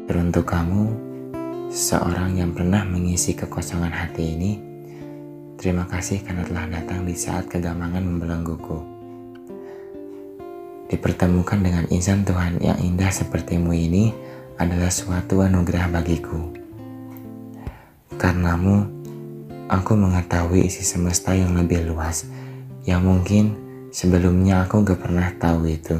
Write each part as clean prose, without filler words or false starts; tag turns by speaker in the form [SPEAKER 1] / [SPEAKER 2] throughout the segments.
[SPEAKER 1] Teruntuk kamu, seseorang yang pernah mengisi kekosongan hati ini, terima kasih karena telah datang di saat kegamangan membelengguku. Dipertemukan dengan insan Tuhan yang indah sepertimu ini adalah suatu anugerah bagiku. Karenamu, aku mengetahui isi semesta yang lebih luas, yang mungkin sebelumnya aku gak pernah tahu itu.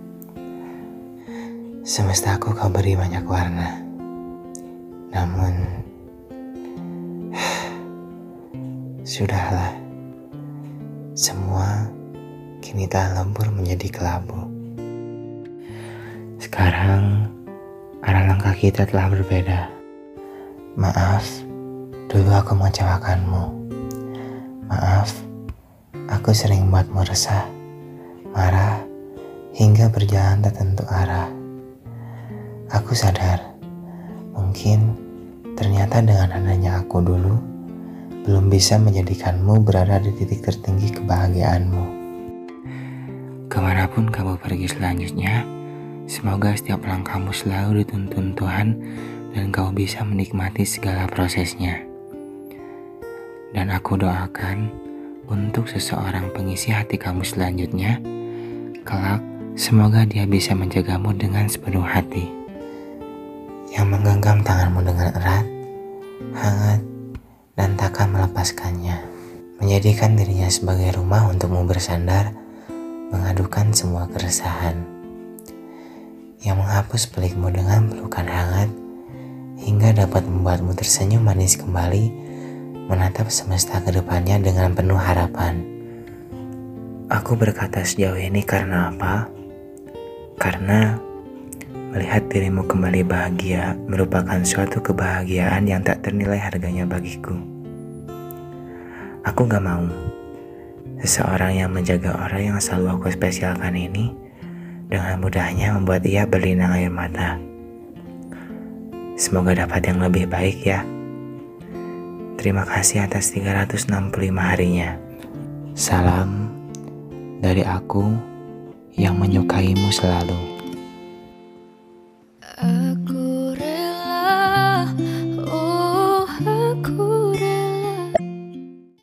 [SPEAKER 2] Semestaku kau beri banyak warna, namun sudahlah, semua kini telah lebur menjadi kelabu. Sekarang arah langkah kita telah berbeda. Maaf, dulu aku mengecewakanmu. Maaf, aku sering membuatmu resah, marah, hingga berjalan tak tentu arah. Aku sadar, mungkin ternyata dengan adanya aku dulu, belum bisa menjadikanmu berada di titik tertinggi kebahagiaanmu.
[SPEAKER 1] Kemanapun kamu pergi selanjutnya, semoga setiap langkahmu selalu dituntun Tuhan dan kau bisa menikmati segala prosesnya. Dan aku doakan untuk seseorang pengisi hati kamu selanjutnya, kelak semoga dia bisa menjagamu dengan sepenuh hati.
[SPEAKER 2] Yang menggenggam tanganmu dengan erat, hangat, dan takkan melepaskannya. Menjadikan dirinya sebagai rumah untukmu bersandar, mengadukan semua keresahan. Yang menghapus pelikmu dengan pelukan hangat, hingga dapat membuatmu tersenyum manis kembali, menatap semesta ke depannya dengan penuh harapan. Aku berkata sejauh ini karena apa? Karena melihat dirimu kembali bahagia merupakan suatu kebahagiaan yang tak ternilai harganya bagiku. Aku gak mau seseorang yang menjaga orang yang selalu aku spesialkan ini dengan mudahnya membuat ia berlinang air mata. Semoga dapat yang lebih baik ya. Terima kasih atas 365 harinya.
[SPEAKER 1] Salam dari aku yang menyukaimu selalu.